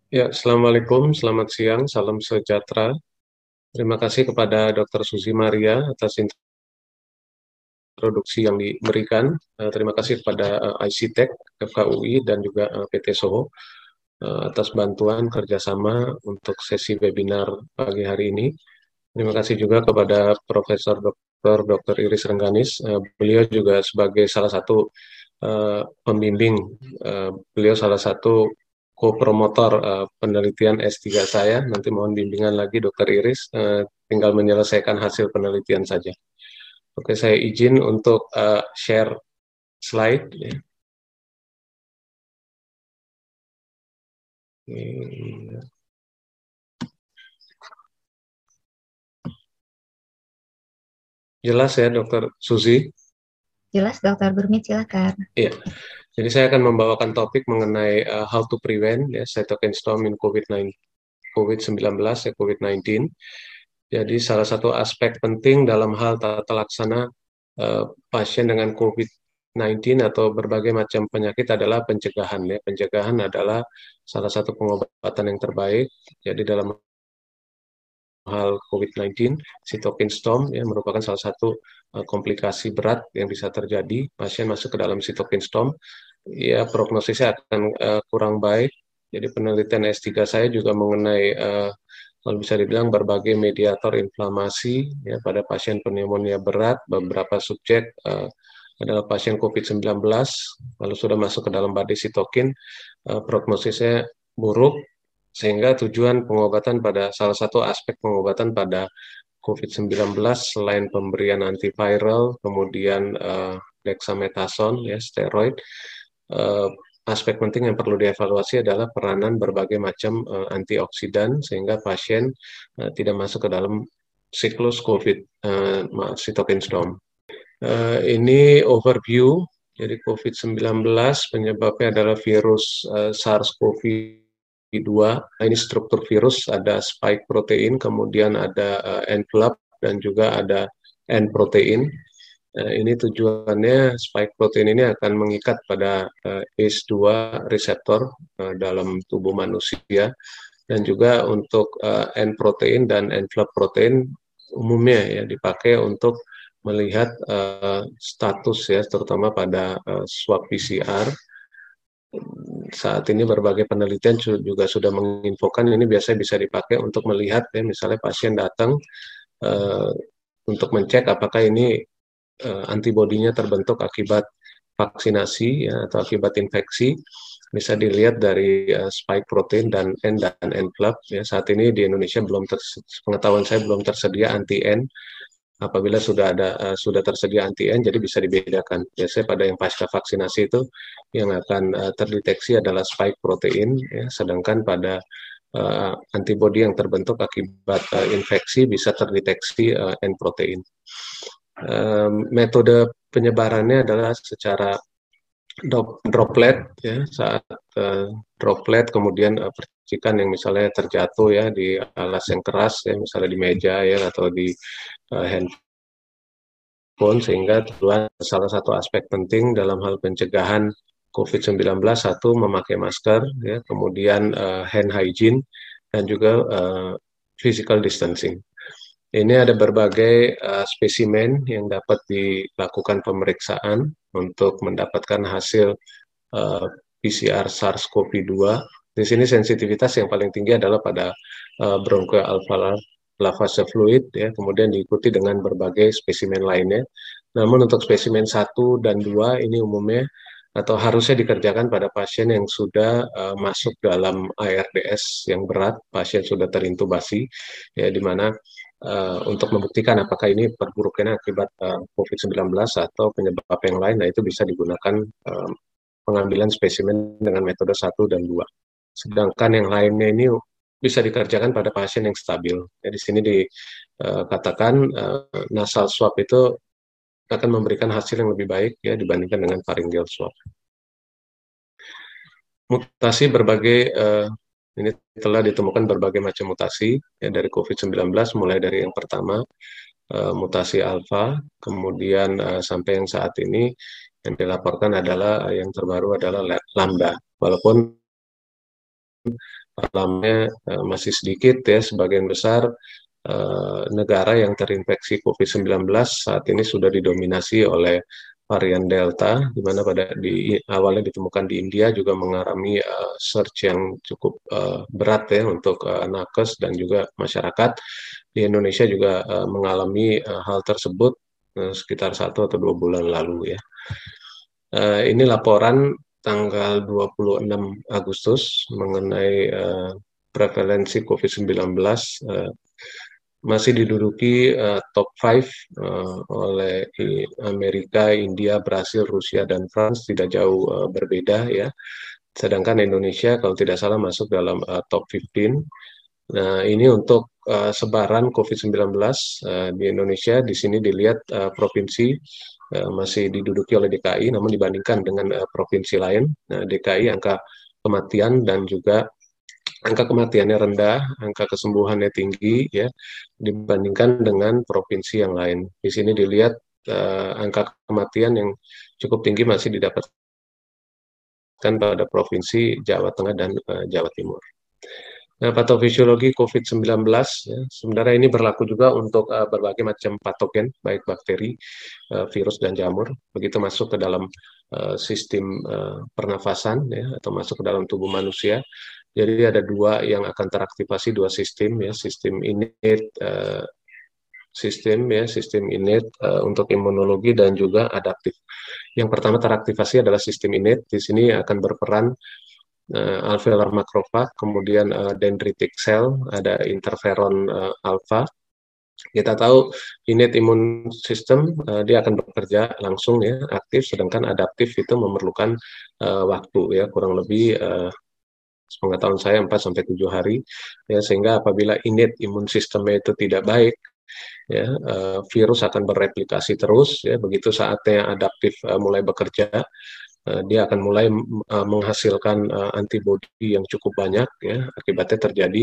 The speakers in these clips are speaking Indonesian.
Ya, Assalamualaikum, selamat siang, salam sejahtera. Terima kasih kepada Dr. Suzy Maria atas introduksi yang diberikan. Terima kasih kepada ICTech, FKUI, dan juga PT Soho atas bantuan kerjasama untuk sesi webinar pagi hari ini. Terima kasih juga kepada Profesor Dr. Iris Rengganis. Beliau juga sebagai salah satu pembimbing, beliau salah satu co-promotor penelitian S3 saya. Nanti mohon bimbingan lagi Dr. Iris, tinggal menyelesaikan hasil penelitian saja. Oke, saya izin untuk share slide. Ya. Jelas ya, Dr. Suzy? Jelas, Dokter Gurmit, silakan. Iya. Jadi saya akan membawakan topik mengenai how to prevent ya, cytokine storm in COVID-19 ya, COVID-19. Jadi salah satu aspek penting dalam hal tata laksana pasien dengan COVID-19 atau berbagai macam penyakit adalah pencegahan ya. Pencegahan adalah salah satu pengobatan yang terbaik. Jadi dalam hal COVID-19, cytokine storm ya merupakan salah satu komplikasi berat yang bisa terjadi. Pasien masuk ke dalam cytokine storm, ya prognosisnya akan kurang baik. Jadi penelitian S3 saya juga mengenai kalau bisa dibilang berbagai mediator inflamasi ya pada pasien pneumonia berat, beberapa subjek adalah pasien COVID-19, lalu sudah masuk ke dalam badai sitokin, prognosisnya buruk, sehingga tujuan pengobatan pada salah satu aspek pengobatan pada COVID-19 selain pemberian antiviral, kemudian dexamethasone, ya, steroid, uh, aspek penting yang perlu dievaluasi adalah peranan berbagai macam antioksidan sehingga pasien tidak masuk ke dalam siklus COVID, cytokine storm. Ini overview, jadi COVID-19 penyebabnya adalah virus SARS-CoV-2. Nah, ini struktur virus, ada spike protein, kemudian ada envelope, dan juga ada N protein. Ini tujuannya spike protein ini akan mengikat pada ACE2 reseptor dalam tubuh manusia, dan juga untuk N protein dan envelope protein umumnya ya dipakai untuk melihat status ya, terutama pada swab PCR. Saat ini berbagai penelitian juga sudah menginfokan ini biasanya bisa dipakai untuk melihat ya, misalnya pasien datang uh, untuk mencek apakah ini antibodinya terbentuk akibat vaksinasi ya, atau akibat infeksi. Bisa dilihat dari spike protein dan N dan N club ya. Saat ini di Indonesia belum pengetahuan saya belum tersedia anti N. Apabila sudah tersedia anti N, jadi bisa dibedakan. Biasanya pada yang pasca vaksinasi itu yang akan terdeteksi adalah spike protein, ya, sedangkan pada antibodi yang terbentuk akibat infeksi bisa terdeteksi N protein. Metode penyebarannya adalah secara droplet ya, saat droplet kemudian percikan yang misalnya terjatuh ya di alas yang keras ya, misalnya di meja ya atau di handphone, sehingga tujuan salah satu aspek penting dalam hal pencegahan COVID-19, satu memakai masker ya, kemudian hand hygiene, dan juga physical distancing. Ini ada berbagai spesimen yang dapat dilakukan pemeriksaan untuk mendapatkan hasil PCR SARS-CoV-2. Di sini sensitivitas yang paling tinggi adalah pada bronchoalveolar fluid, ya, kemudian diikuti dengan berbagai spesimen lainnya. Namun untuk spesimen 1 dan 2 ini umumnya atau harusnya dikerjakan pada pasien yang sudah masuk dalam ARDS yang berat, pasien sudah terintubasi, ya, di mana untuk membuktikan apakah ini perburukannya akibat COVID-19 atau penyebab yang lain, nah itu bisa digunakan pengambilan spesimen dengan metode 1 dan 2. Sedangkan yang lainnya ini bisa dikerjakan pada pasien yang stabil. Ya, di sini dikatakan nasal swab itu akan memberikan hasil yang lebih baik ya dibandingkan dengan pharyngeal swab. Mutasi berbagai ini telah ditemukan berbagai macam mutasi ya, dari COVID-19, mulai dari yang pertama mutasi alfa, kemudian sampai yang saat ini yang dilaporkan adalah yang terbaru adalah lambda. Walaupun alamnya masih sedikit ya, sebagian besar negara yang terinfeksi COVID-19 saat ini sudah didominasi oleh varian Delta, di mana awalnya ditemukan di India juga mengalami surge yang cukup berat ya untuk nakes dan juga masyarakat. Di Indonesia juga mengalami hal tersebut sekitar 1 atau 2 bulan lalu ya. Ini laporan tanggal 26 Agustus mengenai prevalensi COVID-19 masih diduduki top 5 oleh Amerika, India, Brasil, Rusia, dan France, tidak jauh berbeda ya. Sedangkan Indonesia kalau tidak salah masuk dalam top 15. Nah, ini untuk sebaran COVID-19 di Indonesia. Di sini dilihat provinsi masih diduduki oleh DKI, namun dibandingkan dengan provinsi lain, DKI angka kematian dan juga angka kematiannya rendah, angka kesembuhannya tinggi ya dibandingkan dengan provinsi yang lain. Di sini dilihat angka kematian yang cukup tinggi masih didapatkan pada provinsi Jawa Tengah dan Jawa Timur. Nah, patofisiologi COVID-19 ya, sebenarnya ini berlaku juga untuk berbagai macam patogen, baik bakteri, virus, dan jamur. Begitu masuk ke dalam sistem pernafasan ya, atau masuk ke dalam tubuh manusia. Jadi ada dua yang akan teraktivasi, dua sistem ya, sistem innate untuk imunologi dan juga adaptif. Yang pertama teraktivasi adalah sistem innate. Di sini akan berperan alveolar macrophage, kemudian dendritic cell, ada interferon alpha. Kita tahu innate immune system dia akan bekerja langsung ya, aktif, sedangkan adaptif itu memerlukan waktu ya, kurang lebih pengetahuan saya 4-7 hari ya, sehingga apabila innate immune systemnya itu tidak baik ya, virus akan bereplikasi terus ya, begitu saatnya adaptif mulai bekerja, dia akan mulai menghasilkan antibodi yang cukup banyak ya, akibatnya terjadi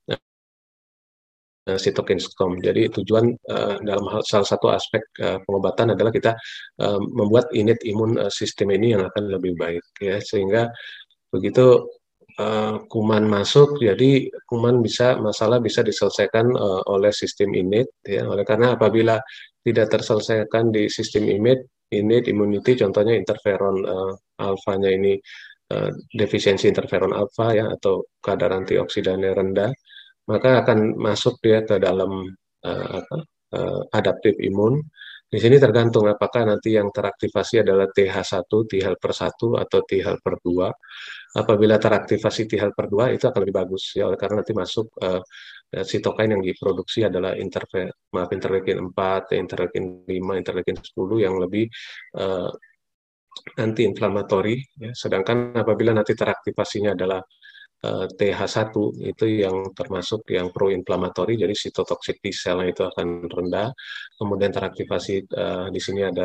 cytokine storm. Jadi tujuan dalam salah satu aspek pengobatan adalah kita membuat innate immune system ini yang akan lebih baik ya, sehingga begitu kuman masuk, jadi masalah bisa diselesaikan oleh sistem innate ya. Oleh karena apabila tidak terselesaikan di sistem innate immunity, contohnya interferon alfanya ini defisiensi interferon alfa ya, atau kadar antioksidannya rendah, maka akan masuk dia ke dalam adaptif imun. Di sini tergantung apakah nanti yang teraktivasi adalah TH1, T helper 1 atau T helper 2. Apabila teraktivasi T helper 2 itu akan lebih bagus ya, oleh karena nanti masuk sitokain yang diproduksi adalah interleukin 4, interleukin 5, interleukin 10 yang lebih anti-inflamatori ya. Sedangkan apabila nanti teraktivasinya adalah TH1 itu yang termasuk yang pro-inflamatori, jadi sitotoxic T cell itu akan rendah. Kemudian teraktivasi di sini ada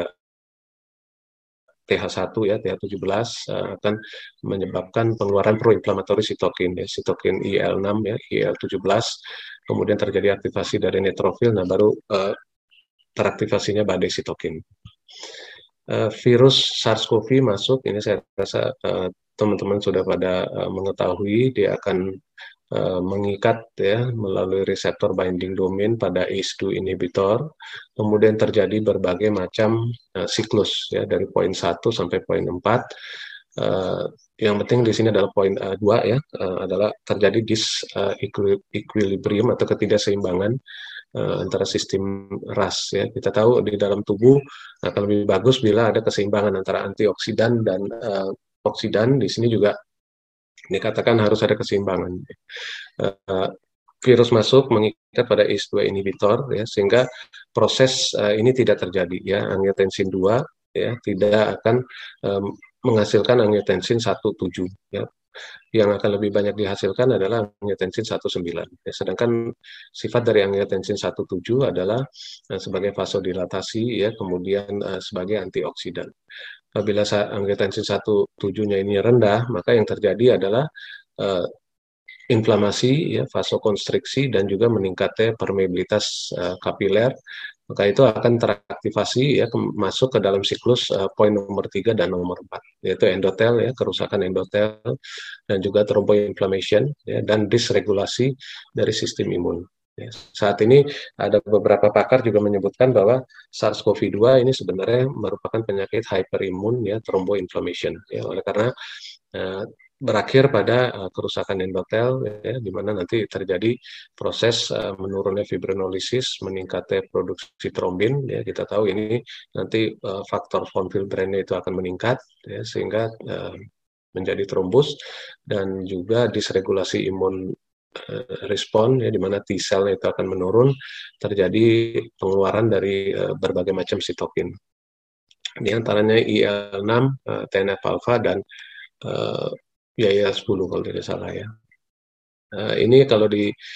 TH1 ya, TH17 akan menyebabkan pengeluaran pro-inflamatori sitokin ya, sitokin IL6 ya, IL17. Kemudian terjadi aktivasi dari neutrofil, nah baru teraktivasinya badai sitokin. Virus SARS-CoV masuk, ini saya rasa teman-teman sudah pada mengetahui, dia akan mengikat ya melalui reseptor binding domain pada ACE2 inhibitor. Kemudian terjadi berbagai macam siklus ya, dari poin 1 sampai poin 4. Yang penting di sini adalah poin 2 ya, adalah terjadi disequilibrium atau ketidakseimbangan antara sistem RAS ya. Kita tahu di dalam tubuh akan lebih bagus bila ada keseimbangan antara antioksidan dan oksidan. Di sini juga dikatakan harus ada keseimbangan. Virus masuk mengikat pada ACE2 inhibitor ya, sehingga proses ini tidak terjadi ya. Angiotensin 2 ya tidak akan menghasilkan angiotensin 1,7 ya. Yang akan lebih banyak dihasilkan adalah angiotensin 1,9. Ya, sedangkan sifat dari angiotensin 1,7 adalah sebagai vasodilatasi ya, kemudian sebagai antioksidan. Apabila angiotensin 1,7-nya ini rendah, maka yang terjadi adalah inflamasi ya, vasokonstriksi, dan juga meningkatnya permeabilitas kapiler, maka itu akan teraktivasi ya masuk ke dalam siklus poin nomor 3 dan nomor 4, yaitu endotel ya, kerusakan endotel, dan juga thromboinflammation ya, dan dysregulasi dari sistem imun. Ya, saat ini ada beberapa pakar juga menyebutkan bahwa SARS-CoV-2 ini sebenarnya merupakan penyakit hyperimun ya, thromboinflammation ya, oleh karena eh, berakhir pada kerusakan endotel ya, di mana nanti terjadi proses menurunnya fibrinolisis, meningkatnya produksi trombin ya, kita tahu ini nanti faktor von Willebrand itu akan meningkat ya, sehingga menjadi trombus, dan juga disregulasi imun respon ya, di mana T cell itu akan menurun, terjadi pengeluaran dari berbagai macam sitokin, di antaranya IL-6, TNF-alpha, dan uh, YIA-10 kalau tidak salah ya. Ini kalau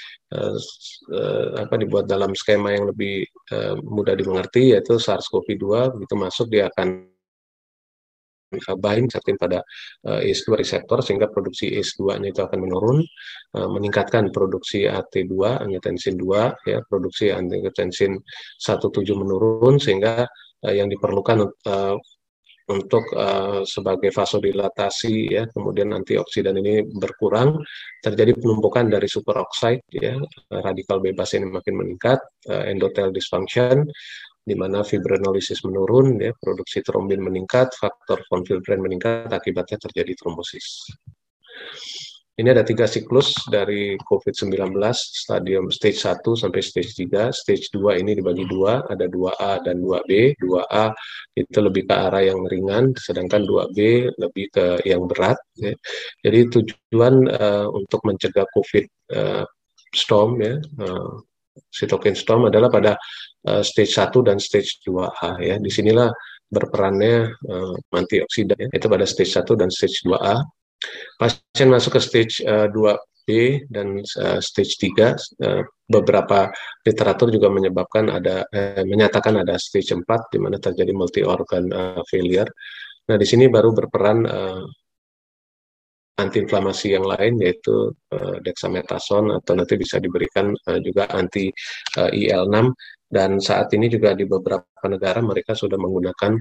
dibuat dalam skema yang lebih mudah dimengerti, yaitu SARS-CoV-2 begitu masuk dia akan bind pada ACE2 reseptor, sehingga produksi ACE2-nya itu akan menurun, meningkatkan produksi AT2, angiotensin 2 ya, produksi angiotensin 17 menurun, sehingga yang diperlukan untuk sebagai vasodilatasi ya, kemudian antioksidan ini berkurang, terjadi penumpukan dari superoxide ya, radikal bebas ini makin meningkat, endothel dysfunction, di mana fibrinolisis menurun ya, produksi trombin meningkat, faktor von Willebrand meningkat, akibatnya terjadi trombosis. Ini ada 3 siklus dari COVID-19, stadium stage 1 sampai stage 3. Stage 2 ini dibagi 2, ada 2A dan 2B. 2A itu lebih ke arah yang ringan, sedangkan 2B lebih ke yang berat. Ya. Jadi tujuan untuk mencegah COVID storm, ya, cytokine storm adalah pada stage 1 dan stage 2A. Ya. Disinilah berperannya antioksidan, ya, itu pada stage 1 dan stage 2A. Pasien masuk ke stage 2B dan stage 3, beberapa literatur juga menyatakan ada stage 4 di mana terjadi multi organ failure. Nah, di sini baru berperan antiinflamasi yang lain, yaitu dexamethasone, atau nanti bisa diberikan juga anti IL-6, dan saat ini juga di beberapa negara mereka sudah menggunakan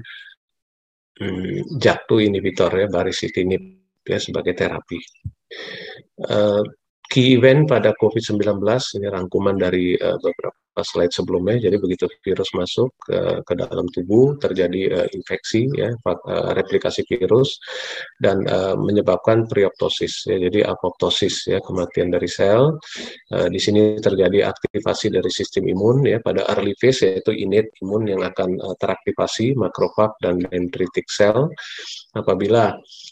JAK2 inhibitor ya, baricitinib ya, sebagai terapi. Key event pada COVID-19, ini rangkuman dari beberapa slide sebelumnya. Jadi begitu virus masuk ke dalam tubuh, terjadi infeksi, ya, replikasi virus, dan menyebabkan perioptosis, ya, jadi apoptosis, ya, kematian dari sel. Di sini terjadi aktivasi dari sistem imun, ya, pada early phase, yaitu innate imun yang akan teraktivasi, makrofag dan dendritic cell. Apabila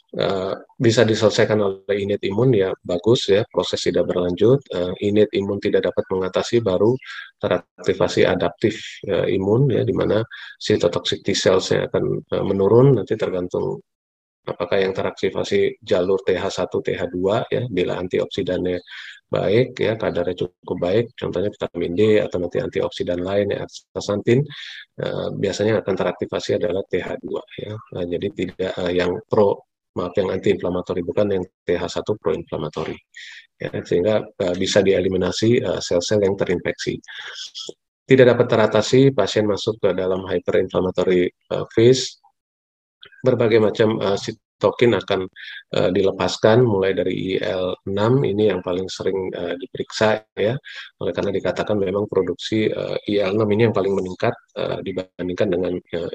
bisa diselesaikan oleh innate imun, ya bagus, ya, proses tidak berlanjut. Innate imun tidak dapat mengatasi, baru teraktivasi adaptif imun, ya, di mana cytotoxic T cells-nya akan menurun, nanti tergantung apakah yang teraktivasi jalur TH1, TH2, ya, bila antioksidannya baik, ya, kadarnya cukup baik, contohnya vitamin D atau nanti antioksidan lain, ya, astaxanthin, biasanya akan teraktivasi adalah TH2, ya. Nah, jadi tidak yang yang anti-inflamatori, bukan yang TH1 pro-inflamatori, ya, sehingga bisa dieliminasi sel-sel yang terinfeksi. Tidak dapat teratasi, pasien masuk ke dalam hyperinflammatory phase. Berbagai macam sitokin akan dilepaskan, mulai dari IL-6, ini yang paling sering diperiksa, ya, oleh karena dikatakan memang produksi IL-6 ini yang paling meningkat dibandingkan dengan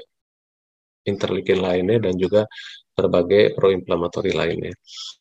interleukin lainnya, dan juga berbagai proinflamatori lainnya.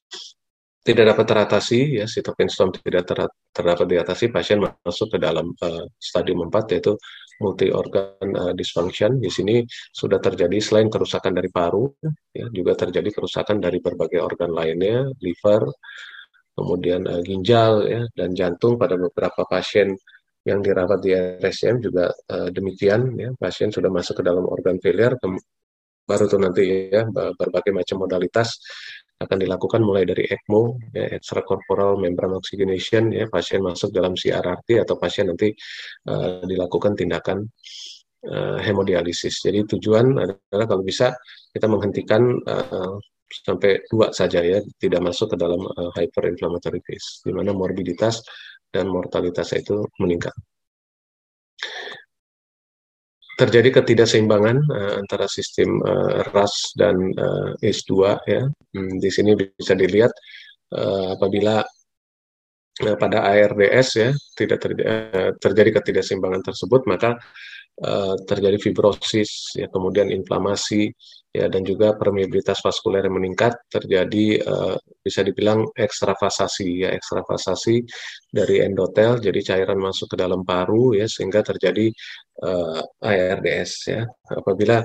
Tidak dapat teratasi, ya, cytokine storm tidak terdapat diatasi, pasien masuk ke dalam stadium 4, yaitu multi organ dysfunction. Di sini sudah terjadi selain kerusakan dari paru, ya, juga terjadi kerusakan dari berbagai organ lainnya, liver, kemudian ginjal, ya, dan jantung. Pada beberapa pasien yang dirawat di RSCM juga demikian, ya, pasien sudah masuk ke dalam organ failure, baru tuh nanti, ya, berbagai macam modalitas akan dilakukan, mulai dari ECMO, ya, extracorporeal membrane oxygenation, ya, pasien masuk dalam CRRT, atau pasien nanti dilakukan tindakan hemodialisis. Jadi tujuan adalah kalau bisa kita menghentikan sampai 2 saja, ya, tidak masuk ke dalam hyperinflammatory phase, di mana morbiditas dan mortalitas itu meningkat. terjadi ketidakseimbangan antara sistem RAS dan ACE2 ya. Di sini bisa dilihat apabila pada ARDS ya tidak terjadi ketidakseimbangan tersebut, maka terjadi fibrosis ya, kemudian inflamasi ya, dan juga permeabilitas vaskuler yang meningkat, terjadi bisa dibilang ekstravasasi ya, ekstravasasi dari endotel, jadi cairan masuk ke dalam paru ya, sehingga terjadi ARDS ya. Apabila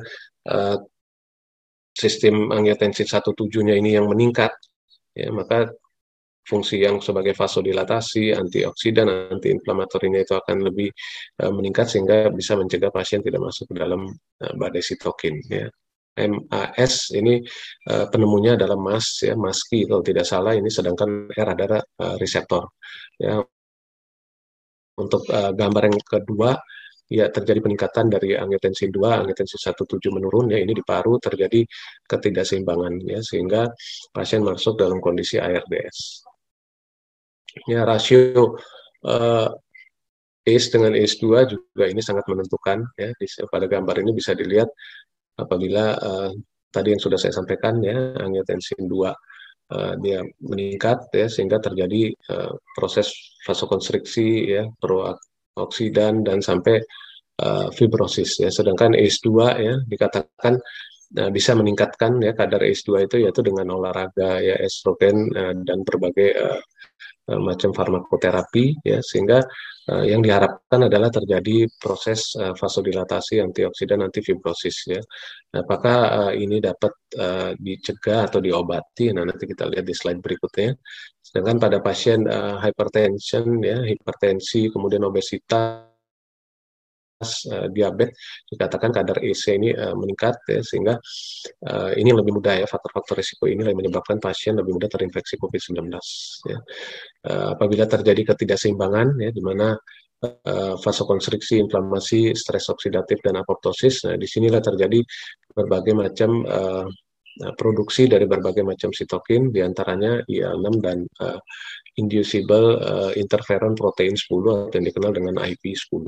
sistem angiotensin 1,7-nya ini yang meningkat ya, maka fungsi yang sebagai vasodilatasi, antioksidan, antiinflamatorinya itu akan lebih meningkat, sehingga bisa mencegah pasien tidak masuk ke dalam badai sitokin ya. MAS ini penemunya adalah MAS ya, MASKI kalau tidak salah ini, sedangkan R adalah reseptor ya. Untuk gambar yang kedua ya, terjadi peningkatan dari angiotensin 2, angiotensin 1,7 menurun ya, ini di paru terjadi ketidakseimbangan ya, sehingga pasien masuk dalam kondisi ARDS. Ya, rasio ACE dengan ACE2 juga ini sangat menentukan ya. Pada gambar ini bisa dilihat apabila tadi yang sudah saya sampaikan ya, angiotensin 2 dia meningkat ya, sehingga terjadi proses vasokonstriksi ya, prooksidan dan sampai fibrosis ya. Sedangkan ACE2 ya dikatakan bisa meningkatkan ya kadar ACE2 itu, yaitu dengan olahraga ya, estrogen dan berbagai macam farmakoterapi ya, sehingga yang diharapkan adalah terjadi proses vasodilatasi, antioksidan, antifibrosis ya. Apakah ini dapat dicegah atau diobati? Nah, nanti kita lihat di slide berikutnya. Sedangkan pada pasien hypertension ya, hipertensi, kemudian obesitas, diabetes, dikatakan kadar EC ini meningkat ya, sehingga ini lebih mudah ya, faktor-faktor risiko ini yang menyebabkan pasien lebih mudah terinfeksi COVID-19 ya. Apabila terjadi ketidakseimbangan ya, di mana vasokonstriksi, inflamasi, stres oksidatif dan apoptosis, nah disinilah terjadi berbagai macam produksi dari berbagai macam sitokin, diantaranya IL-6 dan inducible interferon protein 10 atau yang dikenal dengan IP10.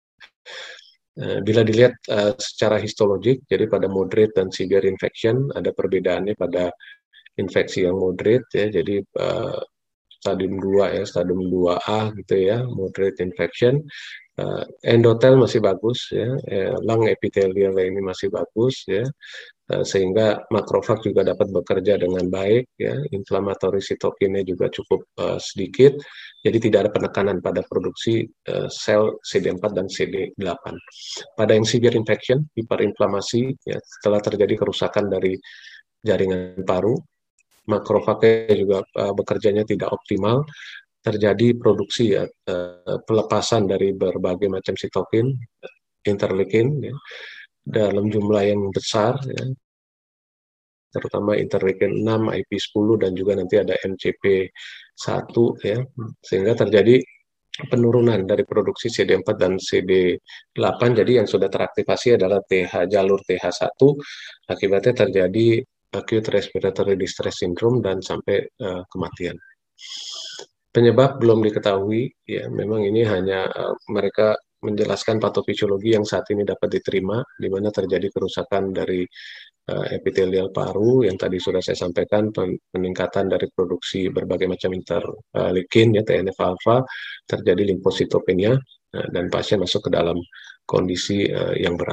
Bila dilihat secara histologik, jadi pada moderate dan severe infection ada perbedaannya pada infeksi yang moderate ya, jadi stadium 2 ya, stadium 2A gitu ya, moderate infection. Endotel masih bagus ya, lung epithelial ini masih bagus ya, sehingga makrofag juga dapat bekerja dengan baik ya, inflamatory sitokinnya juga cukup sedikit, jadi tidak ada penekanan pada produksi sel CD4 dan CD8. Pada yang severe infection, hiperinflamasi ya, setelah terjadi kerusakan dari jaringan paru, makrofagnya juga bekerjanya tidak optimal, terjadi produksi ya, pelepasan dari berbagai macam sitokin, interleukin ya, dalam jumlah yang besar ya, terutama interleukin 6, IP10 dan juga nanti ada MCP1 ya, sehingga terjadi penurunan dari produksi CD4 dan CD8. Jadi yang sudah teraktivasi adalah jalur TH1, akibatnya terjadi acute respiratory distress syndrome dan sampai kematian. Penyebab belum diketahui ya, memang ini hanya mereka menjelaskan patofisiologi yang saat ini dapat diterima, di mana terjadi kerusakan dari epitelial paru yang tadi sudah saya sampaikan, peningkatan dari produksi berbagai macam interleukin ya, TNF alpha, terjadi limfositopenia dan pasien masuk ke dalam kondisi yang berat.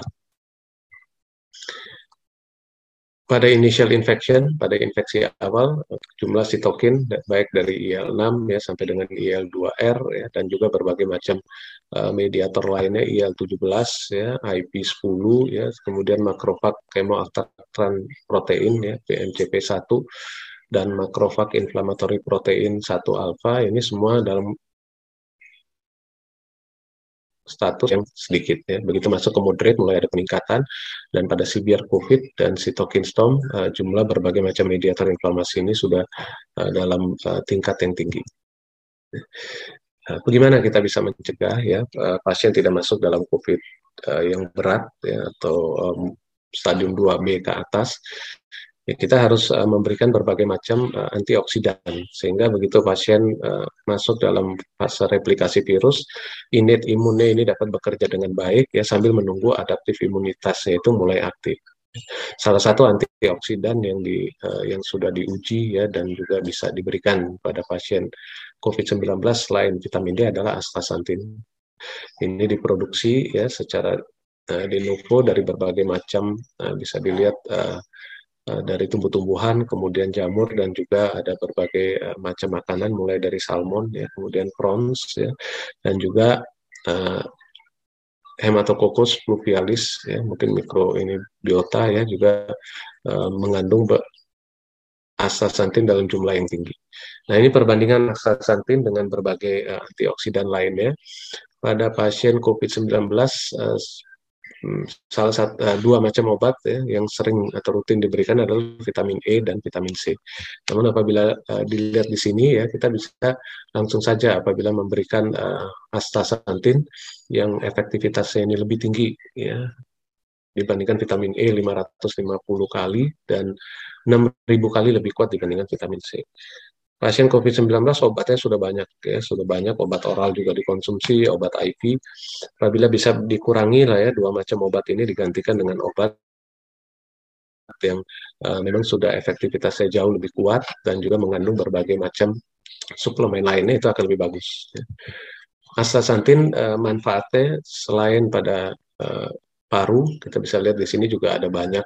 Pada initial infection, pada infeksi awal, jumlah sitokin baik dari IL-6 ya sampai dengan IL-2R ya, dan juga berbagai macam mediator lainnya, IL-17 ya, IP10 ya, kemudian makrofag chemoattractant protein ya, PMCP1 dan makrofag inflammatory protein 1 alpha, ini semua dalam status yang sedikit ya. Begitu masuk ke moderate mulai ada peningkatan, dan pada severe COVID dan cytokine storm jumlah berbagai macam mediator inflamasi ini sudah dalam tingkat yang tinggi. Bagaimana kita bisa mencegah ya pasien tidak masuk dalam COVID yang berat ya, atau stadium 2B ke atas? ya kita harus memberikan berbagai macam antioksidan sehingga begitu pasien masuk dalam fase replikasi virus, innate imunnya ini dapat bekerja dengan baik ya sambil menunggu adaptif imunitasnya itu mulai aktif. Salah satu antioksidan yang sudah diuji ya dan juga bisa diberikan pada pasien COVID-19 selain vitamin D adalah astaxanthin. Ini diproduksi ya secara de novo dari berbagai macam bisa dilihat dari tumbuh-tumbuhan, kemudian jamur dan juga ada berbagai macam makanan mulai dari salmon ya, kemudian prawns ya, dan juga Hematococcus pluvialis ya, mungkin mikro ini biota ya juga mengandung astaxanthin dalam jumlah yang tinggi. Nah, ini perbandingan astaxanthin dengan berbagai antioksidan lainnya. Pada pasien COVID-19 salah satu dua macam obat ya, yang sering atau rutin diberikan adalah vitamin E dan vitamin C. Namun apabila dilihat di sini ya kita bisa langsung saja apabila memberikan astaxanthin yang efektivitasnya ini lebih tinggi ya dibandingkan vitamin E 550 kali dan 6.000 kali lebih kuat dibandingkan vitamin C. Pasien COVID-19 obatnya sudah banyak obat oral juga dikonsumsi, obat IV. Apabila bisa dikurangi lah ya dua macam obat ini digantikan dengan obat yang memang sudah efektivitasnya jauh lebih kuat dan juga mengandung berbagai macam suplemen lainnya itu akan lebih bagus. Astaxanthin manfaatnya selain pada paru, kita bisa lihat di sini juga ada banyak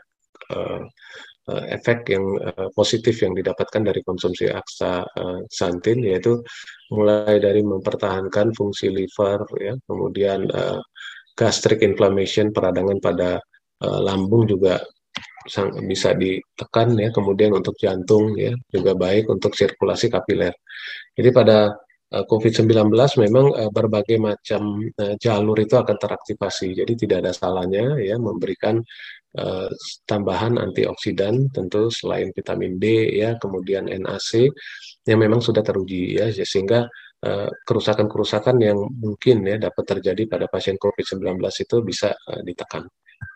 efek yang positif yang didapatkan dari konsumsi astaxanthin, yaitu mulai dari mempertahankan fungsi liver, ya, kemudian gastric inflammation, peradangan pada lambung juga bisa ditekan, ya, kemudian untuk jantung, ya, juga baik untuk sirkulasi kapiler. Jadi pada COVID-19 memang berbagai macam jalur itu akan teraktivasi, jadi tidak ada salahnya ya memberikan tambahan antioksidan tentu selain vitamin D ya kemudian NAC yang memang sudah teruji ya sehingga kerusakan-kerusakan yang mungkin ya dapat terjadi pada pasien COVID-19 itu bisa ditekan.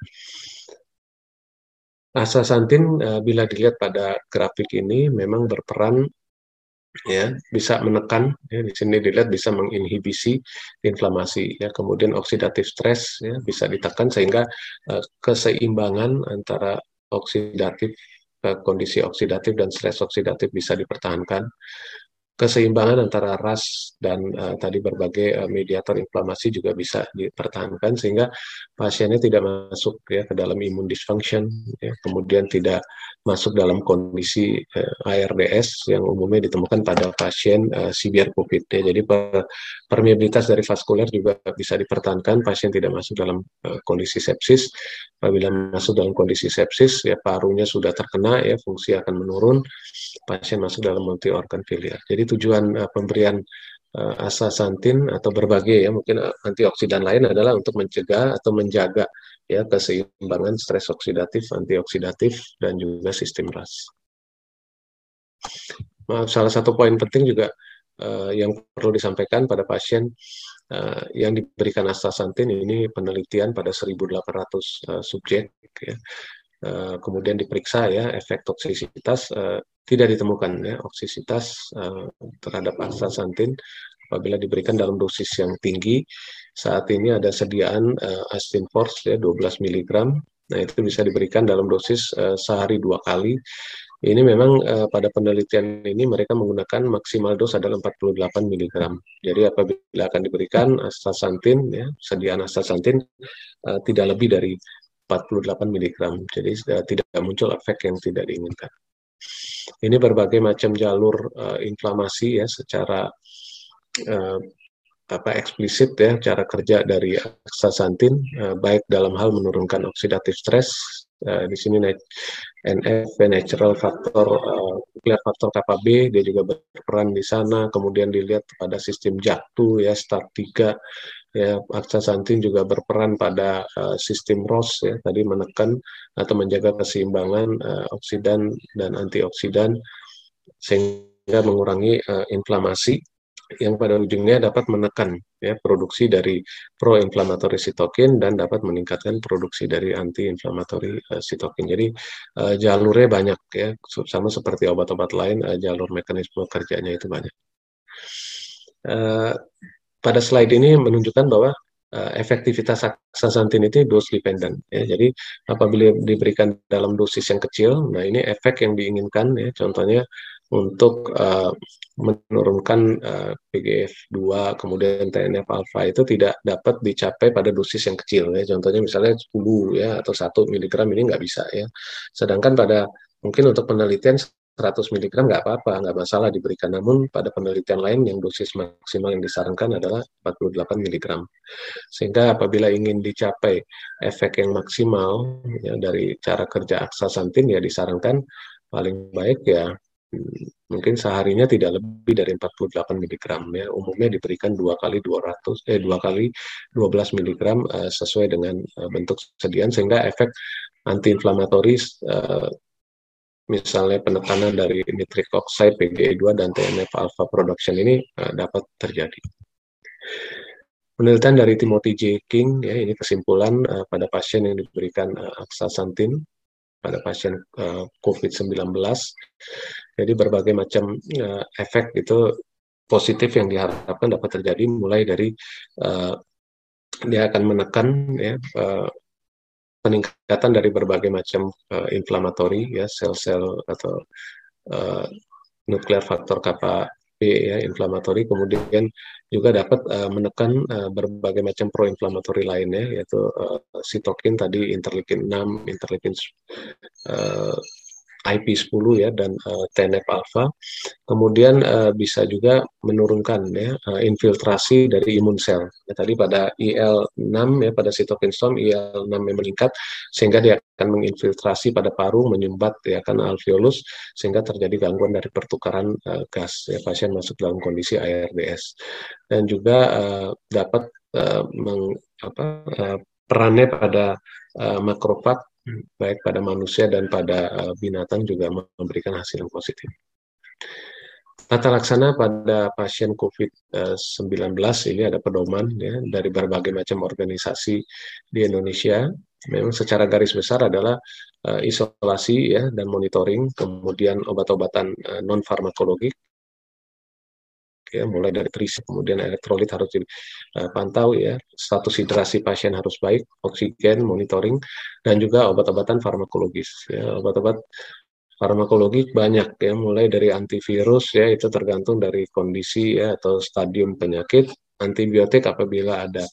Astaxanthin bila dilihat pada grafik ini memang berperan ya bisa menekan ya di sini dilihat bisa menginhibisi inflamasi ya kemudian oksidatif stres ya bisa ditekan sehingga keseimbangan antara oksidatif kondisi oksidatif dan stres oksidatif bisa dipertahankan, keseimbangan antara RAS dan tadi berbagai mediator inflamasi juga bisa dipertahankan sehingga pasiennya tidak masuk ya ke dalam imun dysfunction ya, kemudian tidak masuk dalam kondisi ARDS yang umumnya ditemukan pada pasien severe COVID ya. Jadi permeabilitas dari vaskuler juga bisa dipertahankan, pasien tidak masuk dalam kondisi sepsis. Apabila masuk dalam kondisi sepsis ya parunya sudah terkena ya fungsi akan menurun, pasien masuk dalam multi organ failure. Jadi tujuan pemberian astaxanthin atau berbagai ya mungkin antioksidan lain adalah untuk mencegah atau menjaga ya keseimbangan stres oksidatif, antioksidatif dan juga sistem RAS. Salah satu poin penting juga yang perlu disampaikan pada pasien yang diberikan astaxanthin ini penelitian pada 1.800 subjek ya. Kemudian diperiksa ya efek toksisitas tidak ditemukan ya toksisitas terhadap astaxanthin apabila diberikan dalam dosis yang tinggi. Saat ini ada sediaan Astinforce ya 12 mg. Nah, itu bisa diberikan dalam dosis sehari 2 kali. Ini memang pada penelitian ini mereka menggunakan maksimal dos adalah 48 mg. Jadi apabila akan diberikan astaxanthin ya sediaan astaxanthin tidak lebih dari 48 mg. Jadi tidak muncul efek yang tidak diinginkan. Ini berbagai macam jalur inflamasi ya secara eksplisit ya cara kerja dari astaxanthin baik dalam hal menurunkan oksidatif stres di sini NF natural factor nuclear factor kappa B dia juga berperan di sana, kemudian dilihat pada sistem JAK2 ya STAT3 ya astaxanthin juga berperan pada sistem ROS ya tadi menekan atau menjaga keseimbangan oksidan dan antioksidan sehingga mengurangi inflamasi yang pada ujungnya dapat menekan ya produksi dari pro-inflammatory sitokin dan dapat meningkatkan produksi dari anti-inflammatory sitokin. Jadi jalurnya banyak ya, sama seperti obat-obat lain, jalur mekanisme kerjanya itu banyak. Pada slide ini menunjukkan bahwa efektivitas aksasantin itu dose dependent ya. Jadi apabila diberikan dalam dosis yang kecil, nah ini efek yang diinginkan ya. Contohnya untuk menurunkan PGF2 kemudian TNF alfa itu tidak dapat dicapai pada dosis yang kecil ya. Contohnya misalnya 10 ya atau 1 miligram ini nggak bisa ya. Sedangkan pada mungkin untuk penelitian 100 miligram nggak apa-apa, nggak masalah diberikan. Namun pada penelitian lain yang dosis maksimal yang disarankan adalah 48 miligram. Sehingga apabila ingin dicapai efek yang maksimal ya, dari cara kerja aksasantin ya disarankan paling baik ya mungkin seharinya tidak lebih dari 48 miligram ya. Umumnya diberikan 2 kali 2 kali 12 miligram sesuai dengan bentuk sediaan sehingga efek anti-inflamatori misalnya penekanan dari nitric oxide, PGE2, dan TNF alpha production ini dapat terjadi. Penelitian dari Timothy J. King, ya, ini kesimpulan pada pasien yang diberikan aksasantin pada pasien COVID-19. Jadi berbagai macam efek itu positif yang diharapkan dapat terjadi, mulai dari dia akan menekan ya, peningkatan dari berbagai macam inflamatori ya sel-sel atau nuklear faktor kappa B ya inflamatori, kemudian juga dapat menekan berbagai macam pro-inflamatori lainnya yaitu sitokin tadi, interleukin 6, interleukin IP10 ya dan TNF alpha. Kemudian bisa juga menurunkan ya infiltrasi dari imun sel. Ya, tadi pada IL-6 ya pada sitokin storm IL-6 yang meningkat sehingga dia akan menginfiltrasi pada paru, menyumbat ya kan alveolus sehingga terjadi gangguan dari pertukaran gas. Ya, pasien masuk dalam kondisi ARDS. Dan juga dapat perannya pada makrofag baik pada manusia dan pada binatang juga memberikan hasil yang positif. Tata laksana pada pasien COVID-19 ini ada pedoman ya, dari berbagai macam organisasi di Indonesia. Memang secara garis besar adalah isolasi ya dan monitoring, kemudian obat-obatan non-farmakologik, ya, mulai dari trisi, kemudian elektrolit harus dipantau ya, status hidrasi pasien harus baik, oksigen, monitoring, dan juga obat-obatan farmakologis. Ya, obat-obat farmakologi banyak ya, mulai dari antivirus ya itu tergantung dari kondisi ya atau stadium penyakit, antibiotik apabila ada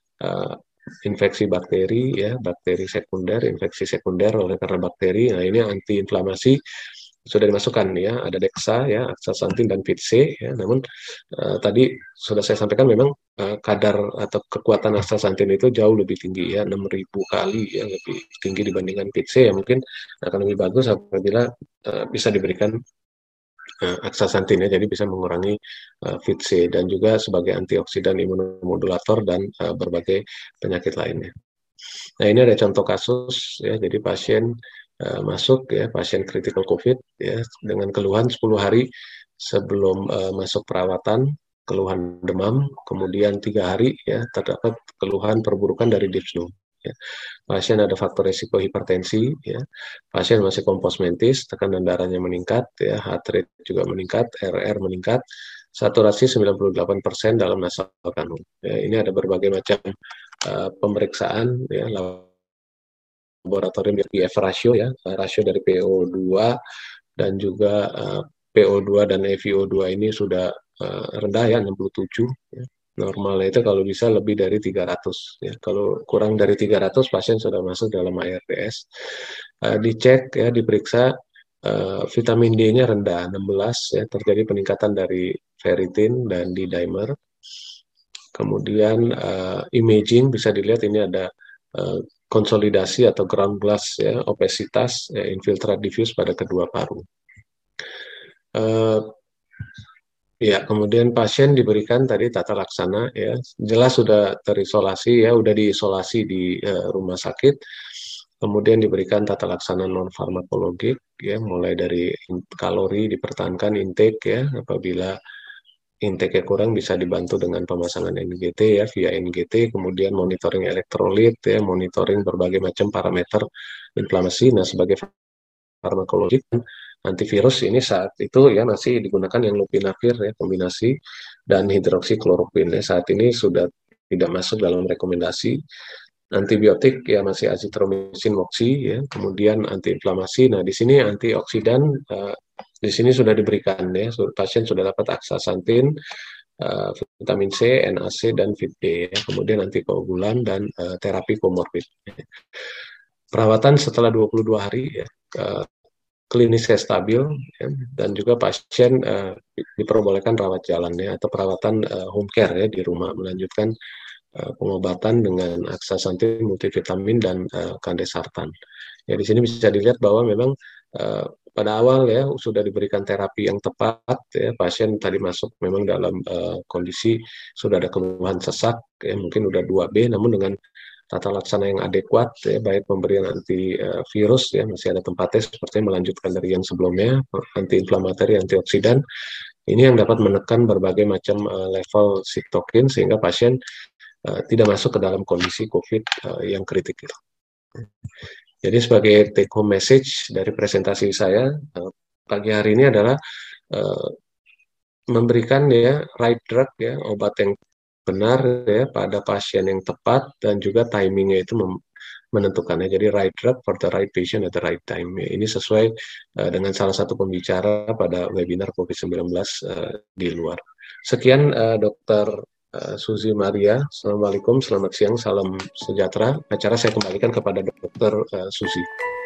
infeksi bakteri ya, bakteri sekunder, infeksi sekunder oleh karena bakteri. Nah, ini antiinflamasi sudah dimasukkan ya, ada Dexa ya, aksasantin dan Vit C ya. Namun tadi sudah saya sampaikan memang kadar atau kekuatan aksasantin itu jauh lebih tinggi ya, 6.000 kali ya lebih tinggi dibandingkan Vit C ya, mungkin akan lebih bagus apabila bisa diberikan aksasantin ya, jadi bisa mengurangi Vit C dan juga sebagai antioksidan imunomodulator dan berbagai penyakit lainnya. Nah, ini ada contoh kasus ya, jadi pasien masuk ya, pasien critical COVID ya dengan keluhan 10 hari sebelum masuk perawatan, keluhan demam, kemudian 3 hari ya terdapat keluhan perburukan dari dyspnea. Ya. Pasien ada faktor resiko hipertensi, ya. Pasien masih kompos mentis, tekanan darahnya meningkat, ya, heart rate juga meningkat, RR meningkat, saturasi 98% dalam nasal kanul. Ya, ini ada berbagai macam pemeriksaan, ya, laboratorium PF ratio ya, rasio dari PO2 dan juga PO2 dan FiO2 ini sudah rendah ya 67 ya. Normalnya itu kalau bisa lebih dari 300 ya. Kalau kurang dari 300 pasien sudah masuk dalam ARDS. Dicek ya, diperiksa vitamin D-nya rendah 16 ya, terjadi peningkatan dari ferritin dan D-dimer. Kemudian imaging bisa dilihat ini ada konsolidasi atau ground glass ya, obesitas ya, infiltrat diffuse pada kedua paru. Ya, kemudian pasien diberikan tadi tata laksana ya, jelas sudah terisolasi ya, sudah diisolasi di rumah sakit. Kemudian diberikan tata laksana non farmakologik ya, mulai dari kalori dipertahankan intake ya, apabila intake kurang bisa dibantu dengan pemasangan NGT ya via NGT, kemudian monitoring elektrolit ya, monitoring berbagai macam parameter inflamasi. Nah, sebagai farmakologi antivirus ini saat itu ya masih digunakan yang lopinavir ya kombinasi dan hidroksikloroquine ya. Saat ini sudah tidak masuk dalam rekomendasi. Antibiotik ya masih azitromisin, moxi ya, kemudian antiinflamasi. Nah, di sini antioksidan di sini sudah diberikan ya, pasien sudah dapat aksasantin, vitamin C, NAC dan Vit D ya. Kemudian antikoagulan dan terapi komorbid. Perawatan setelah 22 hari ya, klinisnya stabil ya, dan juga pasien diperbolehkan rawat jalan ya atau perawatan home care ya di rumah, melanjutkan pengobatan dengan aksasantin, multivitamin dan kandesartan. Ya, di sini bisa dilihat bahwa memang pada awal ya sudah diberikan terapi yang tepat ya, pasien tadi masuk memang dalam kondisi sudah ada keluhan sesak ya, mungkin udah 2B, namun dengan tata laksana yang adekuat ya, baik pemberian antivirus ya, masih ada tempatnya seperti melanjutkan dari yang sebelumnya, antiinflamasi, antioksidan, ini yang dapat menekan berbagai macam level sitokin sehingga pasien tidak masuk ke dalam kondisi COVID yang kritikal. Jadi sebagai take home message dari presentasi saya pagi hari ini adalah memberikan ya right drug ya, obat yang benar ya pada pasien yang tepat, dan juga timingnya itu menentukannya. Jadi right drug for the right patient at the right time. Ya, ini sesuai dengan salah satu pembicara pada webinar COVID-19 di luar. Sekian Dr. Suzy Maria. Assalamualaikum, selamat siang, salam sejahtera. Acara saya kembalikan kepada Dr. Suzy.